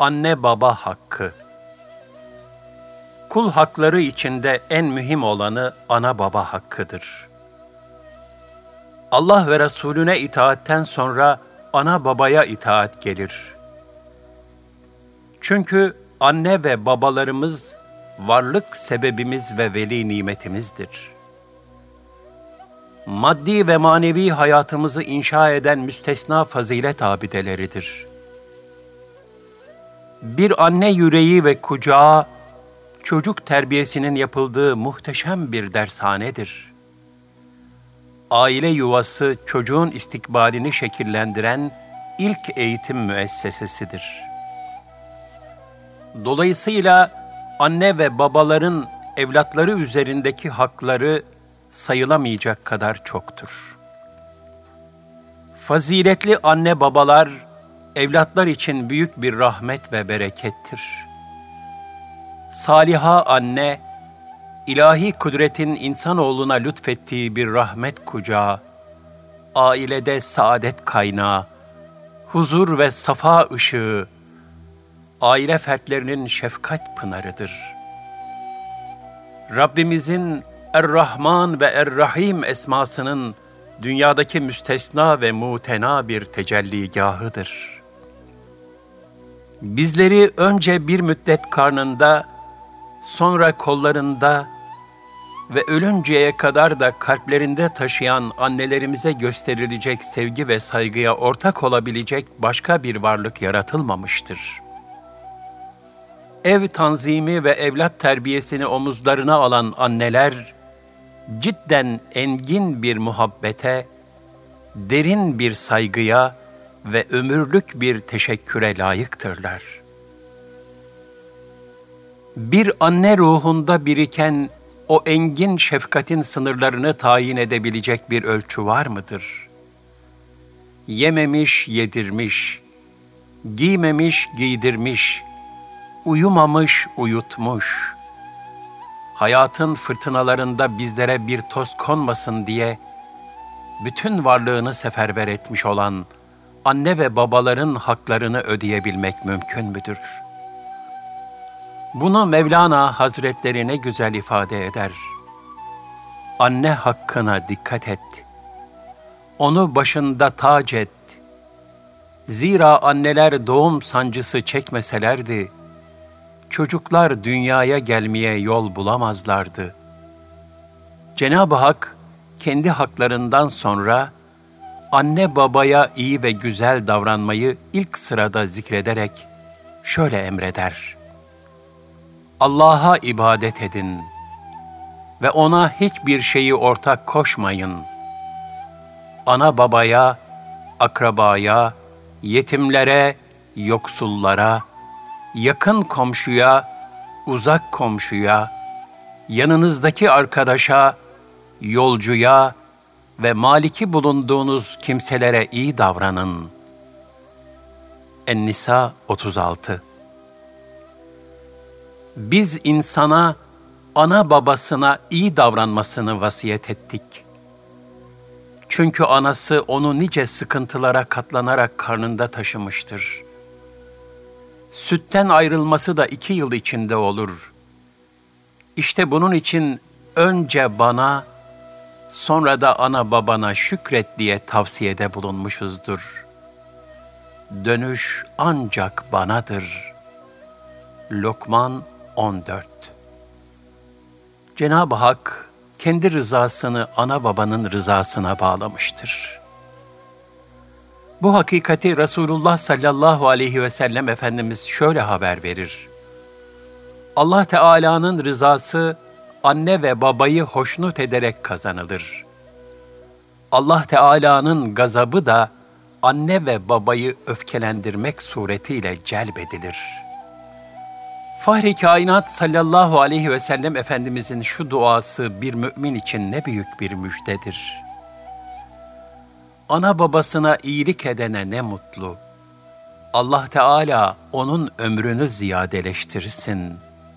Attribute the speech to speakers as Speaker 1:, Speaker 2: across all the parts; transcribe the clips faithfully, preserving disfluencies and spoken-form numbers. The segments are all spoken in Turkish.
Speaker 1: Anne baba hakkı. Kul hakları içinde en mühim olanı ana baba hakkıdır. Allah ve Resulüne itaatten sonra ana babaya itaat gelir. Çünkü anne ve babalarımız varlık sebebimiz ve veli nimetimizdir. Maddi ve manevi hayatımızı inşa eden müstesna fazilet abideleridir. Bir anne yüreği ve kucağı, çocuk terbiyesinin yapıldığı muhteşem bir dershanedir. Aile yuvası çocuğun istikbalini şekillendiren ilk eğitim müessesesidir. Dolayısıyla anne ve babaların evlatları üzerindeki hakları sayılamayacak kadar çoktur. Faziletli anne babalar, evlatlar için büyük bir rahmet ve berekettir. Saliha anne, ilahi kudretin insanoğluna lütfettiği bir rahmet kucağı, ailede saadet kaynağı, huzur ve safa ışığı, aile fertlerinin şefkat pınarıdır. Rabbimizin Er-Rahman ve Er-Rahim esmasının dünyadaki müstesna ve mutena bir tecelligahıdır. Bizleri önce bir müddet karnında, sonra kollarında ve ölünceye kadar da kalplerinde taşıyan annelerimize gösterilecek sevgi ve saygıya ortak olabilecek başka bir varlık yaratılmamıştır. Ev tanzimi ve evlat terbiyesini omuzlarına alan anneler, cidden engin bir muhabbete, derin bir saygıya ve ömürlük bir teşekküre layıktırlar. Bir anne ruhunda biriken o engin şefkatin sınırlarını tayin edebilecek bir ölçü var mıdır? Yememiş, yedirmiş, giymemiş, giydirmiş, uyumamış, uyutmuş, hayatın fırtınalarında bizlere bir toz konmasın diye bütün varlığını seferber etmiş olan anne ve babaların haklarını ödeyebilmek mümkün müdür? Bunu Mevlana Hazretleri ne güzel ifade eder. Anne hakkına dikkat et. Onu başında tac et. Zira anneler doğum sancısı çekmeselerdi, çocuklar dünyaya gelmeye yol bulamazlardı. Cenab-ı Hak kendi haklarından sonra anne babaya iyi ve güzel davranmayı ilk sırada zikrederek şöyle emreder: Allah'a ibadet edin ve ona hiçbir şeyi ortak koşmayın. Ana babaya, akrabaya, yetimlere, yoksullara, yakın komşuya, uzak komşuya, yanınızdaki arkadaşa, yolcuya ve maliki bulunduğunuz kimselere iyi davranın. En-Nisa otuz altı. Biz insana, ana babasına iyi davranmasını vasiyet ettik. Çünkü anası onu nice sıkıntılara katlanarak karnında taşımıştır. Sütten ayrılması da iki yıl içinde olur. İşte bunun için önce bana, sonra da ana babana şükret diye tavsiyede bulunmuşuzdur. Dönüş ancak banadır. Lokman on dört. Cenab-ı Hak kendi rızasını ana babanın rızasına bağlamıştır. Bu hakikati Resulullah sallallahu aleyhi ve sellem Efendimiz şöyle haber verir. Allah Teala'nın rızası anne ve babayı hoşnut ederek kazanılır. Allah Teala'nın gazabı da anne ve babayı öfkelendirmek suretiyle celbedilir. Fahri kainat sallallahu aleyhi ve sellem Efendimizin şu duası bir mümin için ne büyük bir müjdedir. Ana babasına iyilik edene ne mutlu. Allah Teala onun ömrünü ziyadeleştirsin.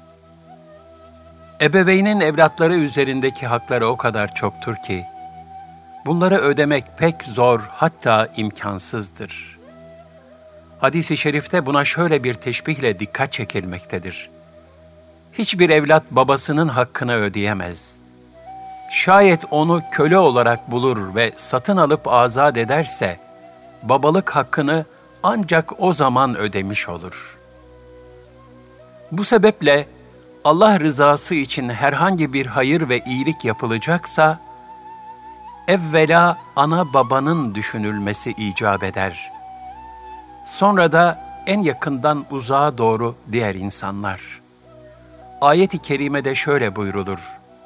Speaker 1: Ebeveynin evlatları üzerindeki hakları o kadar çoktur ki, bunları ödemek pek zor, hatta imkansızdır. Hadis-i şerifte buna şöyle bir teşbihle dikkat çekilmektedir. Hiçbir evlat babasının hakkını ödeyemez. Şayet onu köle olarak bulur ve satın alıp azat ederse, babalık hakkını ancak o zaman ödemiş olur. Bu sebeple Allah rızası için herhangi bir hayır ve iyilik yapılacaksa, evvela ana babanın düşünülmesi icap eder. Sonra da en yakından uzağa doğru diğer insanlar. Ayet-i kerimede şöyle buyrulur: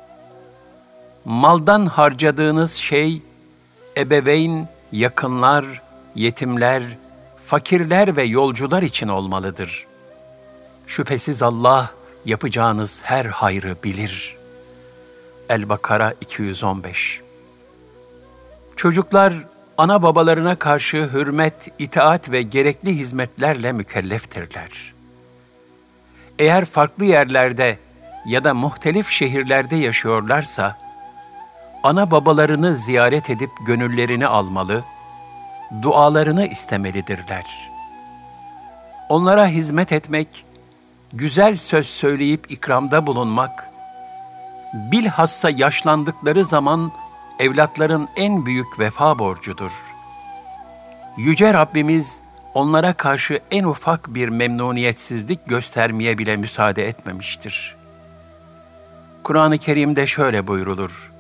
Speaker 1: maldan harcadığınız şey, ebeveyn, yakınlar, yetimler, fakirler ve yolcular için olmalıdır. Şüphesiz Allah yapacağınız her hayrı bilir. El-Bakara iki yüz on beş. Çocuklar, ana babalarına karşı hürmet, itaat ve gerekli hizmetlerle mükelleftirler. Eğer farklı yerlerde ya da muhtelif şehirlerde yaşıyorlarsa, ana babalarını ziyaret edip gönüllerini almalı, dualarını istemelidirler. Onlara hizmet etmek, güzel söz söyleyip ikramda bulunmak, bilhassa yaşlandıkları zaman evlatların en büyük vefa borcudur. Yüce Rabbimiz onlara karşı en ufak bir memnuniyetsizlik göstermeye bile müsaade etmemiştir. Kur'an-ı Kerim'de şöyle buyrulur: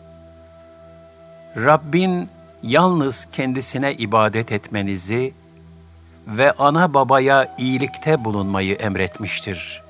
Speaker 1: Rabbin yalnız kendisine ibadet etmenizi ve ana babaya iyilikte bulunmayı emretmiştir.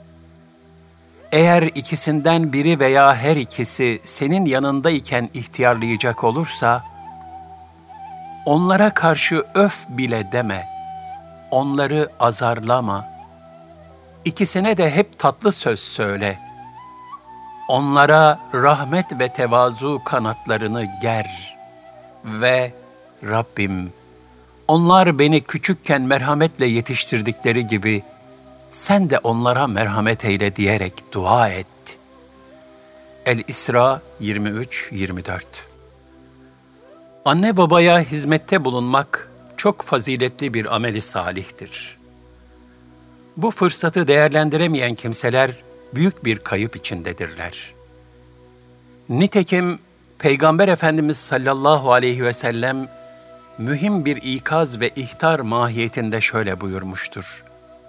Speaker 1: Eğer ikisinden biri veya her ikisi senin yanındayken ihtiyarlayacak olursa, onlara karşı öf bile deme, onları azarlama. İkisine de hep tatlı söz söyle. Onlara rahmet ve tevazu kanatlarını ger ve Rabbim, onlar beni küçükken merhametle yetiştirdikleri gibi sen de onlara merhamet eyle diyerek dua et. El-İsra yirmi üç yirmi dört. Anne babaya hizmette bulunmak çok faziletli bir ameli salihtir. Bu fırsatı değerlendiremeyen kimseler büyük bir kayıp içindedirler. Nitekim Peygamber Efendimiz sallallahu aleyhi ve sellem mühim bir ikaz ve ihtar mahiyetinde şöyle buyurmuştur: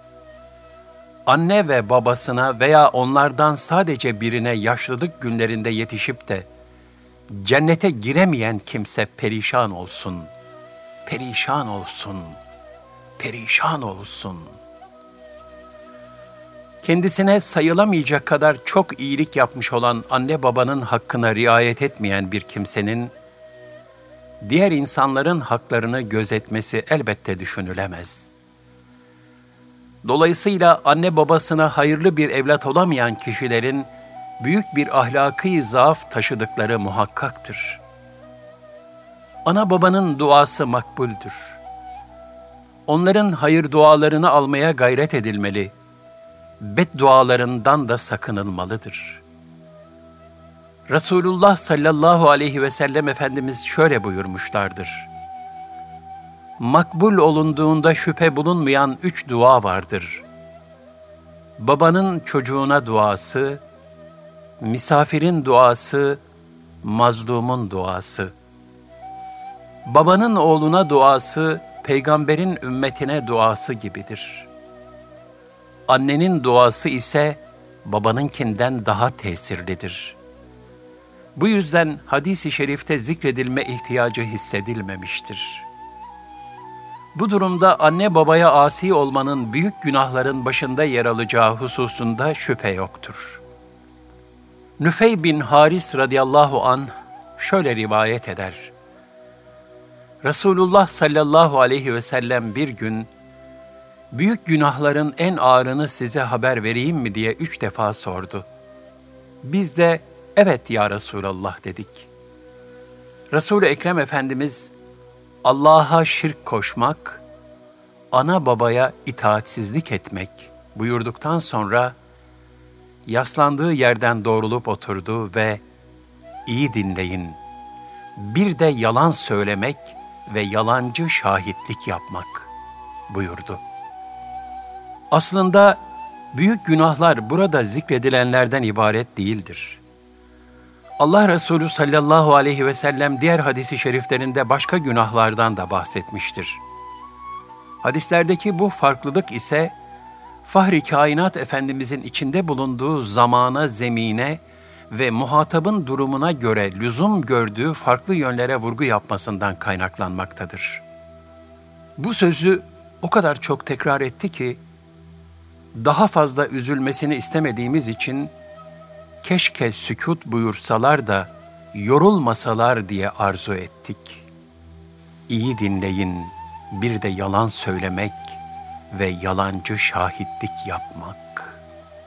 Speaker 1: Anne ve babasına veya onlardan sadece birine yaşlılık günlerinde yetişip de cennete giremeyen kimse perişan olsun, perişan olsun, perişan olsun. Kendisine sayılamayacak kadar çok iyilik yapmış olan anne babanın hakkına riayet etmeyen bir kimsenin, diğer insanların haklarını gözetmesi elbette düşünülemez. Dolayısıyla anne babasına hayırlı bir evlat olamayan kişilerin büyük bir ahlaki zaaf taşıdıkları muhakkaktır. Ana babanın duası makbuldür. Onların hayır dualarını almaya gayret edilmeli, beddualarından da sakınılmalıdır. Resulullah sallallahu aleyhi ve sellem Efendimiz şöyle buyurmuşlardır: Makbul olunduğunda şüphe bulunmayan üç dua vardır. Babanın çocuğuna duası, misafirin duası, mazlumun duası. Babanın oğluna duası, peygamberin ümmetine duası gibidir. Annenin duası ise babanınkinden daha tesirlidir. Bu yüzden hadis-i şerifte zikredilme ihtiyacı hissedilmemiştir. Bu durumda anne babaya asi olmanın büyük günahların başında yer alacağı hususunda şüphe yoktur. Nüfey bin Haris radıyallahu anh şöyle rivayet eder: Resulullah sallallahu aleyhi ve sellem bir gün, büyük günahların en ağırını size haber vereyim mi diye üç defa sordu. Biz de evet ya Resulallah dedik. Resul-i Ekrem Efendimiz, Allah'a şirk koşmak, ana babaya itaatsizlik etmek buyurduktan sonra, yaslandığı yerden doğrulup oturdu ve iyi dinleyin, bir de yalan söylemek ve yalancı şahitlik yapmak. buyurdu. Aslında büyük günahlar burada zikredilenlerden ibaret değildir. Allah Resulü sallallahu aleyhi ve sellem diğer hadis-i şeriflerinde başka günahlardan da bahsetmiştir. Hadislerdeki bu farklılık ise Fahri Kainat Efendimizin içinde bulunduğu zamana, zemine ve muhatabın durumuna göre lüzum gördüğü farklı yönlere vurgu yapmasından kaynaklanmaktadır. Bu sözü o kadar çok tekrar etti ki, daha fazla üzülmesini istemediğimiz için, keşke sükût buyursalar da yorulmasalar diye arzu ettik. İyi dinleyin, bir de yalan söylemek ve yalancı şahitlik yapmak.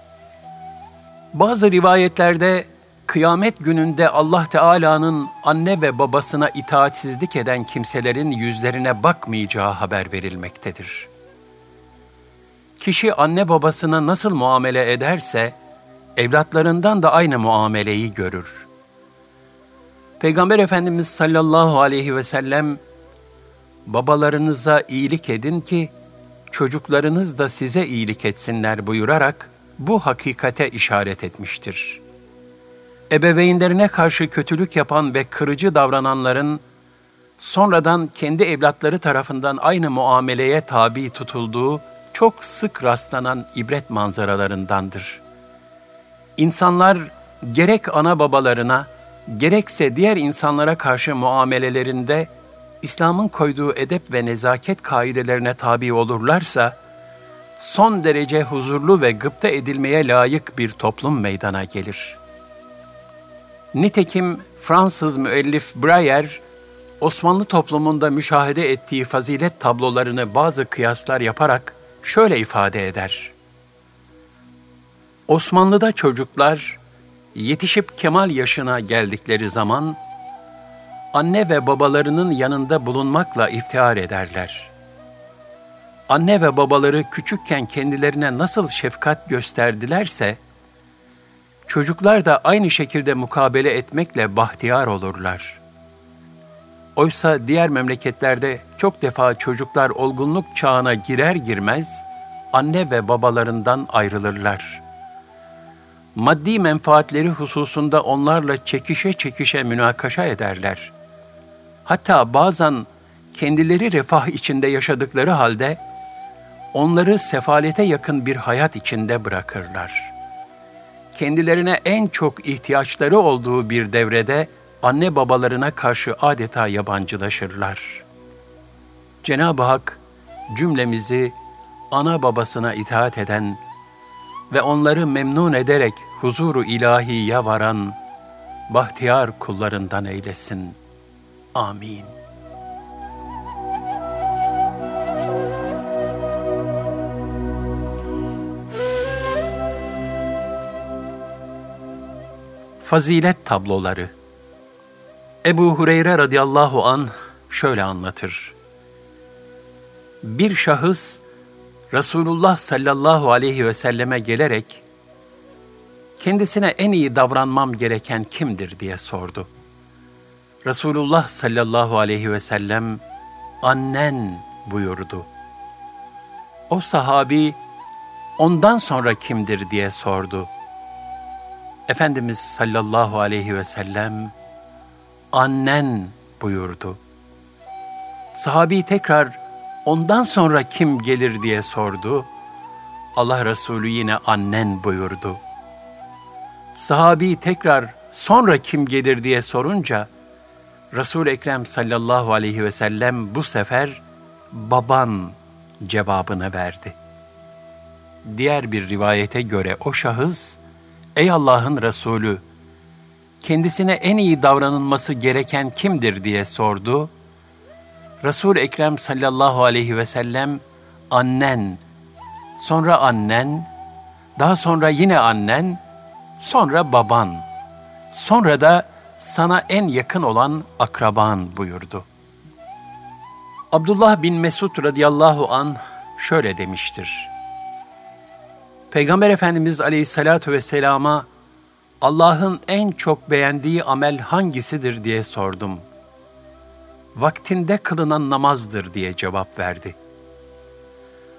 Speaker 1: Bazı rivayetlerde kıyamet gününde Allah Teala'nın anne ve babasına itaatsizlik eden kimselerin yüzlerine bakmayacağı haber verilmektedir. Kişi anne babasına nasıl muamele ederse, evlatlarından da aynı muameleyi görür. Peygamber Efendimiz sallallahu aleyhi ve sellem, babalarınıza iyilik edin ki, çocuklarınız da size iyilik etsinler buyurarak bu hakikate işaret etmiştir. Ebeveynlerine karşı kötülük yapan ve kırıcı davrananların, sonradan kendi evlatları tarafından aynı muameleye tabi tutulduğu çok sık rastlanan ibret manzaralarındandır. İnsanlar gerek ana babalarına, gerekse diğer insanlara karşı muamelelerinde İslam'ın koyduğu edep ve nezaket kaidelerine tabi olurlarsa, son derece huzurlu ve gıpta edilmeye layık bir toplum meydana gelir. Nitekim Fransız müellif Breyer, Osmanlı toplumunda müşahede ettiği fazilet tablolarını bazı kıyaslar yaparak şöyle ifade eder. Osmanlı'da çocuklar yetişip kemal yaşına geldikleri zaman, anne ve babalarının yanında bulunmakla iftihar ederler. Anne ve babaları küçükken kendilerine nasıl şefkat gösterdilerse, çocuklar da aynı şekilde mukabele etmekle bahtiyar olurlar. Oysa diğer memleketlerde çok defa çocuklar olgunluk çağına girer girmez, anne ve babalarından ayrılırlar. Maddi menfaatleri hususunda onlarla çekişe çekişe münakaşa ederler. Hatta bazen kendileri refah içinde yaşadıkları halde, onları sefalete yakın bir hayat içinde bırakırlar. Kendilerine en çok ihtiyaçları olduğu bir devrede, anne babalarına karşı adeta yabancılaşırlar. Cenab-ı Hak cümlemizi ana babasına itaat eden ve onları memnun ederek huzuru ilahiye varan bahtiyar kullarından eylesin. Amin. Fazilet tabloları. Ebu Hureyre radıyallahu anh şöyle anlatır. Bir şahıs Resulullah sallallahu aleyhi ve selleme gelerek, kendisine en iyi davranmam gereken kimdir diye sordu. Resulullah sallallahu aleyhi ve sellem, annen buyurdu. O sahabi, ondan sonra kimdir diye sordu. Efendimiz sallallahu aleyhi ve sellem, annen buyurdu. Sahabi tekrar, ondan sonra kim gelir diye sordu. Allah Resulü yine annen buyurdu. Sahabi tekrar sonra kim gelir diye sorunca, Resul-i Ekrem sallallahu aleyhi ve sellem bu sefer baban cevabını verdi. Diğer bir rivayete göre o şahıs, ey Allah'ın Resulü, kendisine en iyi davranılması gereken kimdir diye sordu. Resul-i Ekrem sallallahu aleyhi ve sellem, annen, sonra annen, daha sonra yine annen, sonra baban, sonra da sana en yakın olan akraban buyurdu. Abdullah bin Mesud radıyallahu anh şöyle demiştir. Peygamber Efendimiz aleyhissalatu vesselama, Allah'ın en çok beğendiği amel hangisidir diye sordum. Vaktinde kılınan namazdır diye cevap verdi.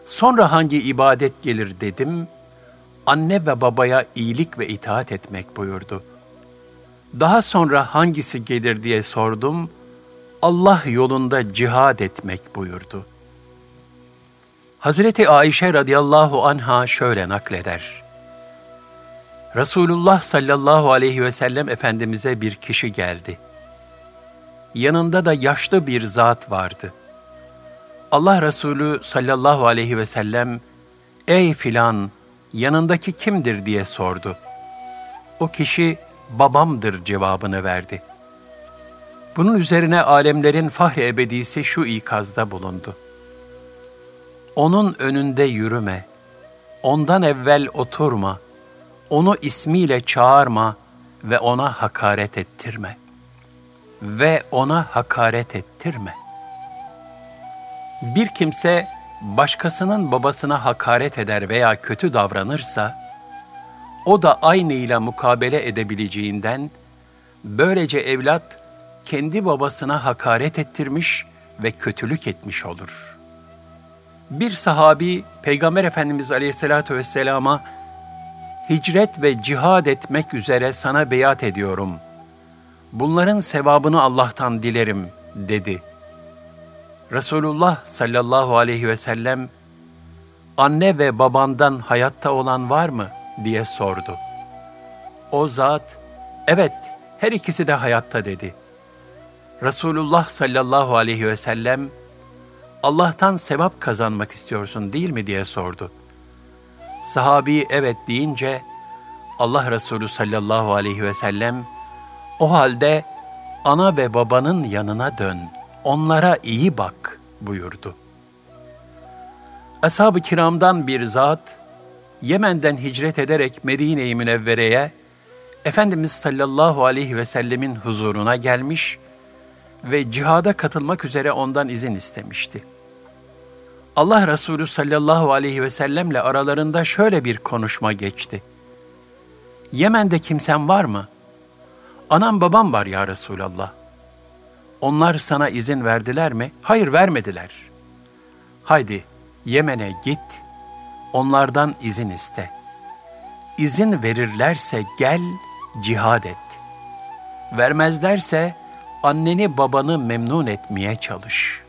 Speaker 1: Sonra hangi ibadet gelir dedim. Anne ve babaya iyilik ve itaat etmek buyurdu. Daha sonra hangisi gelir diye sordum. Allah yolunda cihad etmek buyurdu. Hazreti Ayşe radıyallahu anha şöyle nakleder. Resulullah sallallahu aleyhi ve sellem Efendimiz'e bir kişi geldi. Yanında da yaşlı bir zat vardı. Allah Resulü sallallahu aleyhi ve sellem, "Ey filan, yanındaki kimdir?" diye sordu. O kişi, "Babamdır" cevabını verdi. Bunun üzerine alemlerin fahri ebedisi şu ikazda bulundu. Onun önünde yürüme, ondan evvel oturma, onu ismiyle çağırma ve ona hakaret ettirme. Ve ona hakaret ettirme. Bir kimse başkasının babasına hakaret eder veya kötü davranırsa, o da aynıyla mukabele edebileceğinden, böylece evlat kendi babasına hakaret ettirmiş ve kötülük etmiş olur. Bir sahabi, Peygamber Efendimiz Aleyhisselatü Vesselam'a, "Hicret ve cihad etmek üzere sana beyat ediyorum. Bunların sevabını Allah'tan dilerim" dedi. Resulullah sallallahu aleyhi ve sellem, "Anne ve babandan hayatta olan var mı?" diye sordu. O zat, "Evet, her ikisi de hayatta" dedi. Resulullah sallallahu aleyhi ve sellem, "Allah'tan sevap kazanmak istiyorsun değil mi?" diye sordu. Sahabi evet deyince, Allah Resulü sallallahu aleyhi ve sellem, "O halde ana ve babanın yanına dön, onlara iyi bak" buyurdu. Ashab-ı kiramdan bir zat, Yemen'den hicret ederek Medine-i Münevvere'ye, Efendimiz sallallahu aleyhi ve sellemin huzuruna gelmiş ve cihada katılmak üzere ondan izin istemişti. Allah Resulü sallallahu aleyhi ve sellemle aralarında şöyle bir konuşma geçti. "Yemen'de kimsen var mı?" "Anam babam var ya Resulallah." "Onlar sana izin verdiler mi?" "Hayır, vermediler." "Haydi Yemen'e git, onlardan izin iste. İzin verirlerse gel, cihad et. Vermezlerse anneni babanı memnun etmeye çalış."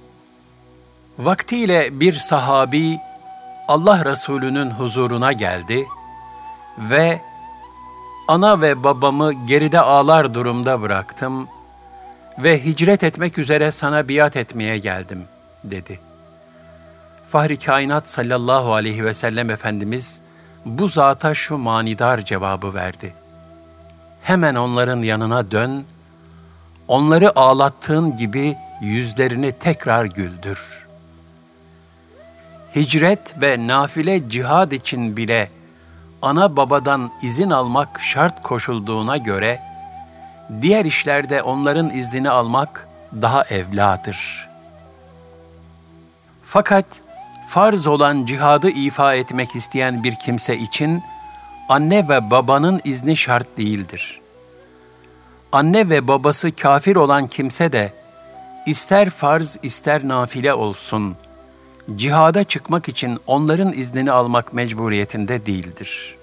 Speaker 1: Vaktiyle bir sahabi Allah Resulü'nün huzuruna geldi ve "Ana ve babamı geride ağlar durumda bıraktım ve hicret etmek üzere sana biat etmeye geldim" dedi. Fahri Kainat sallallahu aleyhi ve sellem Efendimiz bu zata şu manidar cevabı verdi. "Hemen onların yanına dön, onları ağlattığın gibi yüzlerini tekrar güldür." Hicret ve nafile cihad için bile ana babadan izin almak şart koşulduğuna göre, diğer işlerde onların iznini almak daha evladır. Fakat farz olan cihadı ifa etmek isteyen bir kimse için anne ve babanın izni şart değildir. Anne ve babası kafir olan kimse de ister farz ister nafile olsun, cihada çıkmak için onların iznini almak mecburiyetinde değildir.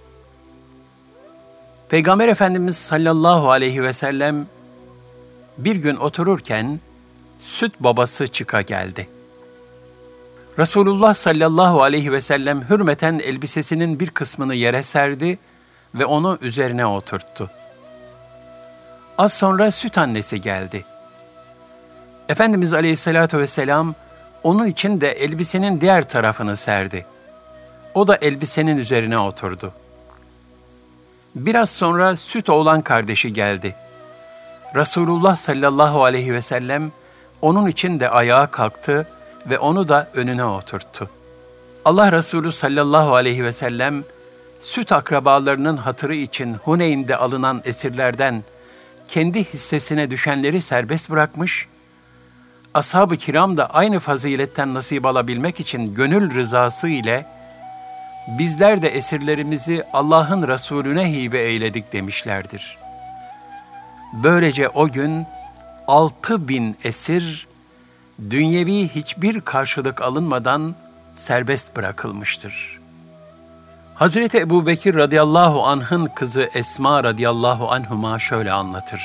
Speaker 1: Peygamber Efendimiz sallallahu aleyhi ve sellem bir gün otururken süt babası çıka geldi. Resulullah sallallahu aleyhi ve sellem hürmeten elbisesinin bir kısmını yere serdi ve onu üzerine oturttu. Az sonra süt annesi geldi. Efendimiz aleyhissalatu vesselam onun için de elbisenin diğer tarafını serdi. O da elbisenin üzerine oturdu. Biraz sonra süt oğlan kardeşi geldi. Resulullah sallallahu aleyhi ve sellem onun için de ayağa kalktı ve onu da önüne oturttu. Allah Resulü sallallahu aleyhi ve sellem süt akrabalarının hatırı için Huneyn'de alınan esirlerden kendi hissesine düşenleri serbest bırakmış, ashab-ı kiram da aynı faziletten nasip alabilmek için gönül rızası ile bizler de esirlerimizi Allah'ın Resulüne hibe eyledik demişlerdir. Böylece o gün altı bin esir, dünyevi hiçbir karşılık alınmadan serbest bırakılmıştır. Hazreti Ebubekir radıyallahu anh'ın kızı Esma radıyallahu anhuma şöyle anlatır.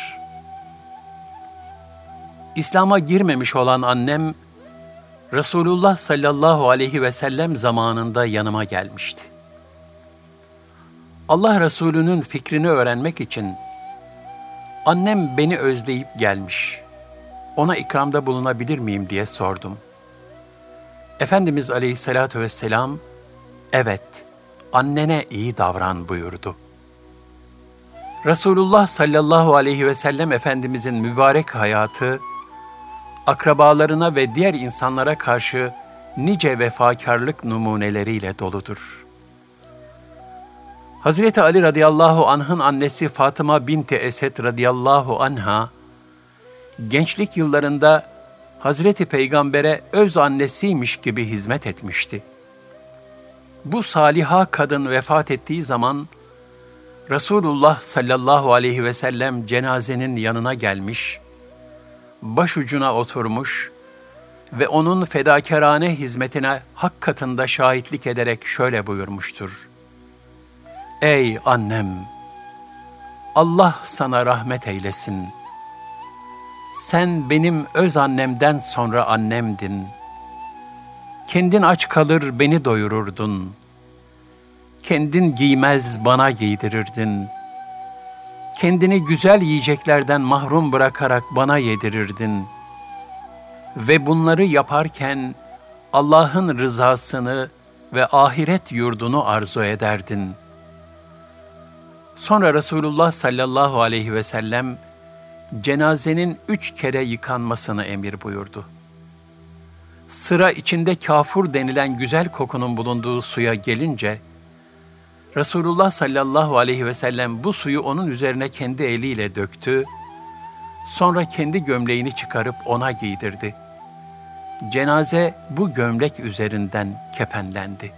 Speaker 1: İslam'a girmemiş olan annem, Resulullah sallallahu aleyhi ve sellem zamanında yanıma gelmişti. Allah Resulü'nün fikrini öğrenmek için annem beni özleyip gelmiş. Ona ikramda bulunabilir miyim diye sordum. Efendimiz aleyhissalatu vesselam, evet, annene iyi davran buyurdu. Resulullah sallallahu aleyhi ve sellem Efendimizin mübarek hayatı, akrabalarına ve diğer insanlara karşı nice vefakarlık numuneleriyle doludur. Hazreti Ali radıyallahu anh'ın annesi Fatıma binti Esed radıyallahu anha, gençlik yıllarında Hazreti Peygamber'e öz annesiymiş gibi hizmet etmişti. Bu saliha kadın vefat ettiği zaman, Resulullah sallallahu aleyhi ve sellem cenazenin yanına gelmiş, başucuna oturmuş ve onun fedakarane hizmetine hak katında şahitlik ederek şöyle buyurmuştur. Ey annem! Allah sana rahmet eylesin. Sen benim öz annemden sonra annemdin. Kendin aç kalır beni doyururdun. Kendin giymez bana giydirirdin. Kendini güzel yiyeceklerden mahrum bırakarak bana yedirirdin. Ve bunları yaparken Allah'ın rızasını ve ahiret yurdunu arzu ederdin. Sonra Resulullah sallallahu aleyhi ve sellem cenazenin üç kere yıkanmasını emir buyurdu. Sıra içinde kafur denilen güzel kokunun bulunduğu suya gelince, Resulullah sallallahu aleyhi ve sellem bu suyu onun üzerine kendi eliyle döktü, sonra kendi gömleğini çıkarıp ona giydirdi. Cenaze bu gömlek üzerinden kefenlendi.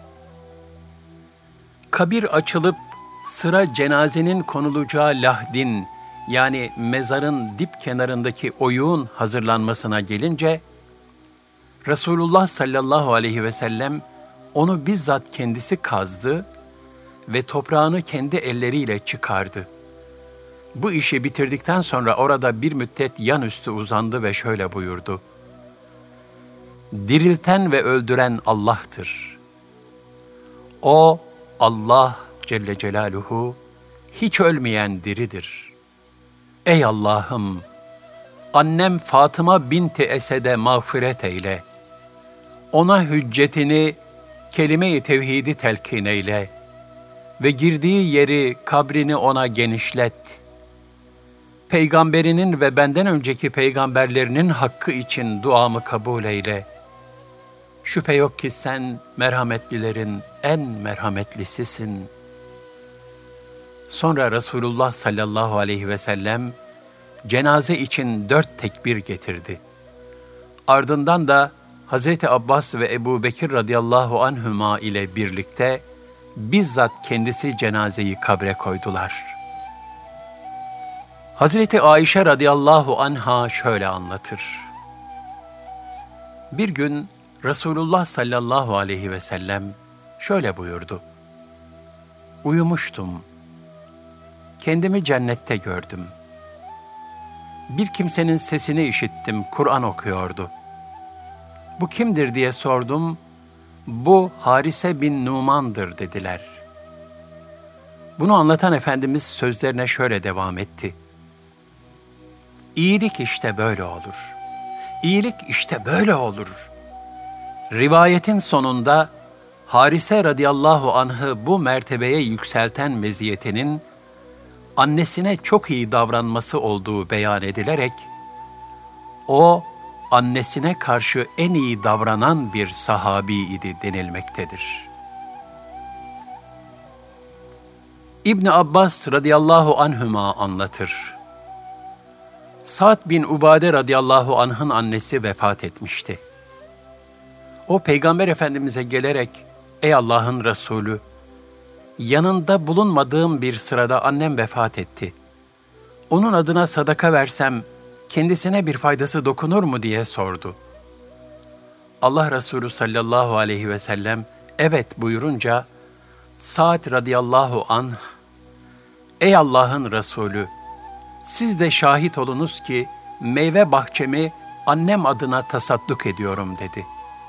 Speaker 1: Kabir açılıp sıra cenazenin konulacağı lahdin, yani mezarın dip kenarındaki oyuğun hazırlanmasına gelince, Resulullah sallallahu aleyhi ve sellem onu bizzat kendisi kazdı ve toprağını kendi elleriyle çıkardı. Bu işi bitirdikten sonra orada bir müddet yanüstü uzandı ve şöyle buyurdu. Dirilten ve öldüren Allah'tır. O, Allah Celle Celaluhu, hiç ölmeyen diridir. Ey Allah'ım! Annem Fatıma binti Esed'e mağfiret eyle. Ona hüccetini, kelime-i tevhidi telkin eyle ve girdiği yeri, kabrini ona genişlet. Peygamberinin ve benden önceki peygamberlerinin hakkı için duamı kabul eyle. Şüphe yok ki sen merhametlilerin en merhametlisisin. Sonra Resulullah sallallahu aleyhi ve sellem cenaze için dört tekbir getirdi. Ardından da Hazreti Abbas ve Ebubekir radıyallahu anhüma ile birlikte bizzat kendisi cenazeyi kabre koydular. Hazreti Ayşe radıyallahu anha şöyle anlatır. Bir gün Resulullah sallallahu aleyhi ve sellem şöyle buyurdu. Uyumuştum. Kendimi cennette gördüm. Bir kimsenin sesini işittim, Kur'an okuyordu. Bu kimdir diye sordum. Bu Harise bin Numan'dır dediler. Bunu anlatan Efendimiz sözlerine şöyle devam etti. İyilik işte böyle olur. İyilik işte böyle olur. Rivayetin sonunda Harise radıyallahu anh'ı bu mertebeye yükselten meziyetinin annesine çok iyi davranması olduğu beyan edilerek, o annesine karşı en iyi davranan bir sahabi idi denilmektedir. İbn Abbas radıyallahu anhüma anlatır. Sa'd bin Ubade radıyallahu anh'ın annesi vefat etmişti. O Peygamber Efendimiz'e gelerek, ey Allah'ın Resulü, yanında bulunmadığım bir sırada annem vefat etti. Onun adına sadaka versem kendisine bir faydası dokunur mu diye sordu. Allah Resulü sallallahu aleyhi ve sellem evet buyurunca Sa'd radıyallahu anh, ey Allah'ın Resulü, siz de şahit olunuz ki meyve bahçemi annem adına tasadduk ediyorum dedi.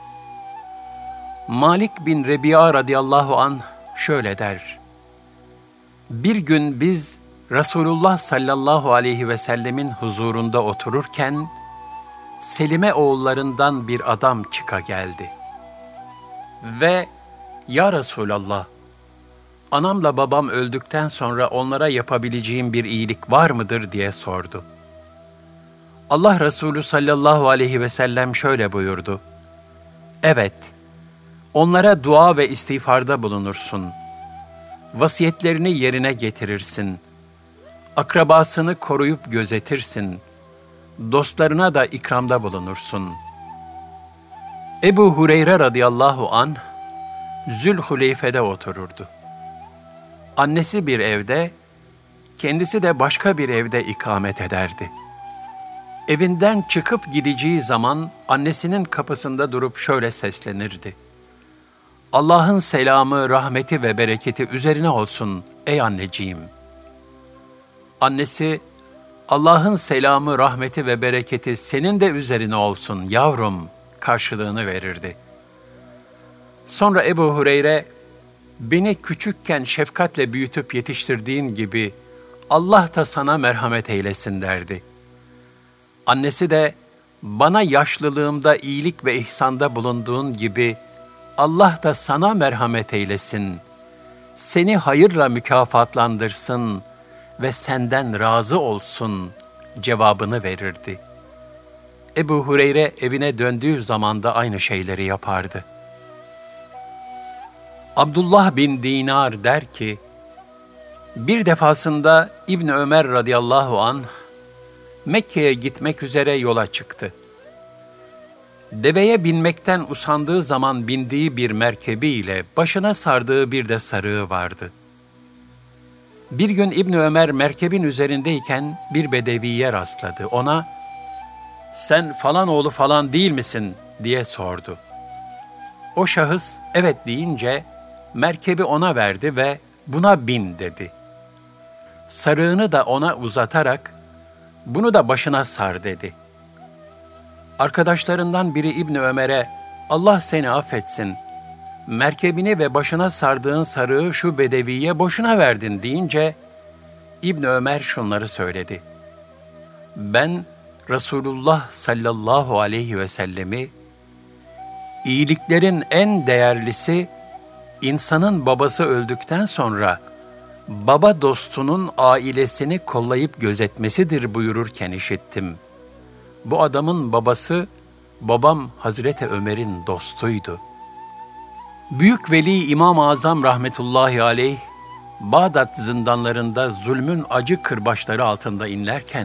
Speaker 1: Malik bin Rebi'a radıyallahu anh şöyle der: bir gün biz Resulullah sallallahu aleyhi ve sellemin huzurunda otururken Selime oğullarından bir adam çıka geldi. Ve ya Resulallah, anamla babam öldükten sonra onlara yapabileceğim bir iyilik var mıdır diye sordu. Allah Resulü sallallahu aleyhi ve sellem şöyle buyurdu: evet, onlara dua ve istiğfarda bulunursun. Vasiyetlerini yerine getirirsin. Akrabasını koruyup gözetirsin. Dostlarına da ikramda bulunursun. Ebu Hureyre radıyallahu anh, Zülhuleyfe'de otururdu. Annesi bir evde, kendisi de başka bir evde ikamet ederdi. Evinden çıkıp gideceği zaman annesinin kapısında durup şöyle seslenirdi: Allah'ın selamı, rahmeti ve bereketi üzerine olsun ey anneciğim. Annesi, Allah'ın selamı, rahmeti ve bereketi senin de üzerine olsun yavrum karşılığını verirdi. Sonra Ebu Hureyre, beni küçükken şefkatle büyütüp yetiştirdiğin gibi Allah da sana merhamet eylesin derdi. Annesi de, bana yaşlılığımda iyilik ve ihsanda bulunduğun gibi Allah da sana merhamet eylesin, seni hayırla mükafatlandırsın ve senden razı olsun cevabını verirdi. Ebu Hureyre evine döndüğü zaman da aynı şeyleri yapardı. Abdullah bin Dinar der ki, bir defasında İbn Ömer radıyallahu anh Mekke'ye gitmek üzere yola çıktı. Deveye binmekten usandığı zaman bindiği bir merkebiyle başına sardığı bir de sarığı vardı. Bir gün İbn Ömer merkebin üzerindeyken bir bedeviye rastladı. Ona, sen falan oğlu falan değil misin diye sordu. O şahıs evet deyince merkebi ona verdi ve buna bin dedi. Sarığını da ona uzatarak bunu da başına sar dedi. Arkadaşlarından biri İbn Ömer'e, Allah seni affetsin, merkebini ve başına sardığın sarığı şu bedeviye boşuna verdin deyince, İbn Ömer şunları söyledi: ben Resulullah sallallahu aleyhi ve sellemi, iyiliklerin en değerlisi, insanın babası öldükten sonra, baba dostunun ailesini kollayıp gözetmesidir buyururken işittim. Bu adamın babası, babam Hazreti Ömer'in dostuydu. Büyük Veli İmam-ı Azam rahmetullahi aleyh, Bağdat zindanlarında zulmün acı kırbaçları altında inlerken,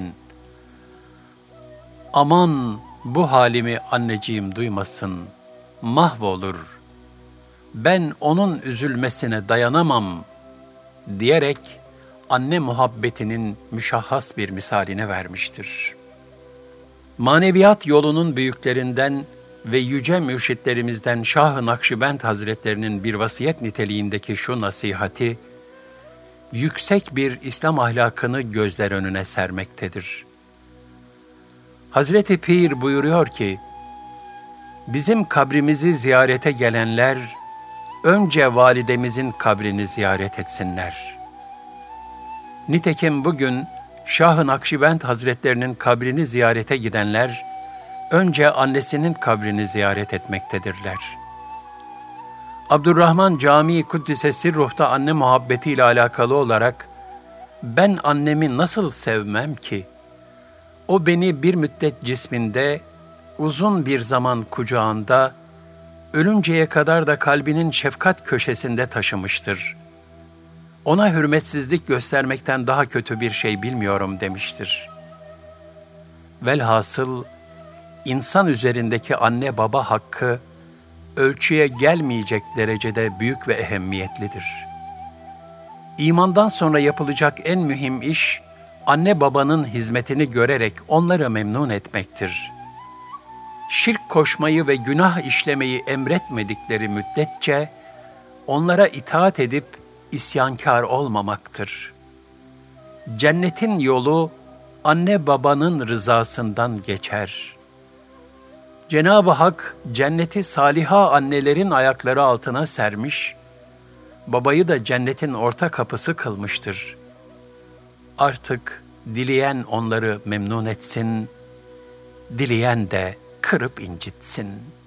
Speaker 1: aman bu halimi anneciğim duymasın, mahvolur, ben onun üzülmesine dayanamam diyerek anne muhabbetinin müşahhas bir misaline vermiştir. Maneviyat yolunun büyüklerinden ve yüce mürşitlerimizden Şah-ı Nakşibend Hazretlerinin bir vasiyet niteliğindeki şu nasihati, yüksek bir İslam ahlakını gözler önüne sermektedir. Hazreti Pir buyuruyor ki, bizim kabrimizi ziyarete gelenler, önce validemizin kabrini ziyaret etsinler. Nitekim bugün Şah-ı Nakşibend Hazretlerinin kabrini ziyarete gidenler, önce annesinin kabrini ziyaret etmektedirler. Abdurrahman Camii Kuddise Sirruh'ta anne muhabbetiyle alakalı olarak, ben annemi nasıl sevmem ki? O beni bir müddet cisminde, uzun bir zaman kucağında, ölünceye kadar da kalbinin şefkat köşesinde taşımıştır. Ona hürmetsizlik göstermekten daha kötü bir şey bilmiyorum demiştir. Velhasıl, insan üzerindeki anne baba hakkı, ölçüye gelmeyecek derecede büyük ve ehemmiyetlidir. İmandan sonra yapılacak en mühim iş, anne babanın hizmetini görerek onları memnun etmektir. Şirk koşmayı ve günah işlemeyi emretmedikleri müddetçe onlara itaat edip isyankar olmamaktır. Cennetin yolu anne babanın rızasından geçer. Cenab-ı Hak cenneti saliha annelerin ayakları altına sermiş, babayı da cennetin orta kapısı kılmıştır. Artık dileyen onları memnun etsin, dileyen de kırıp incitsin.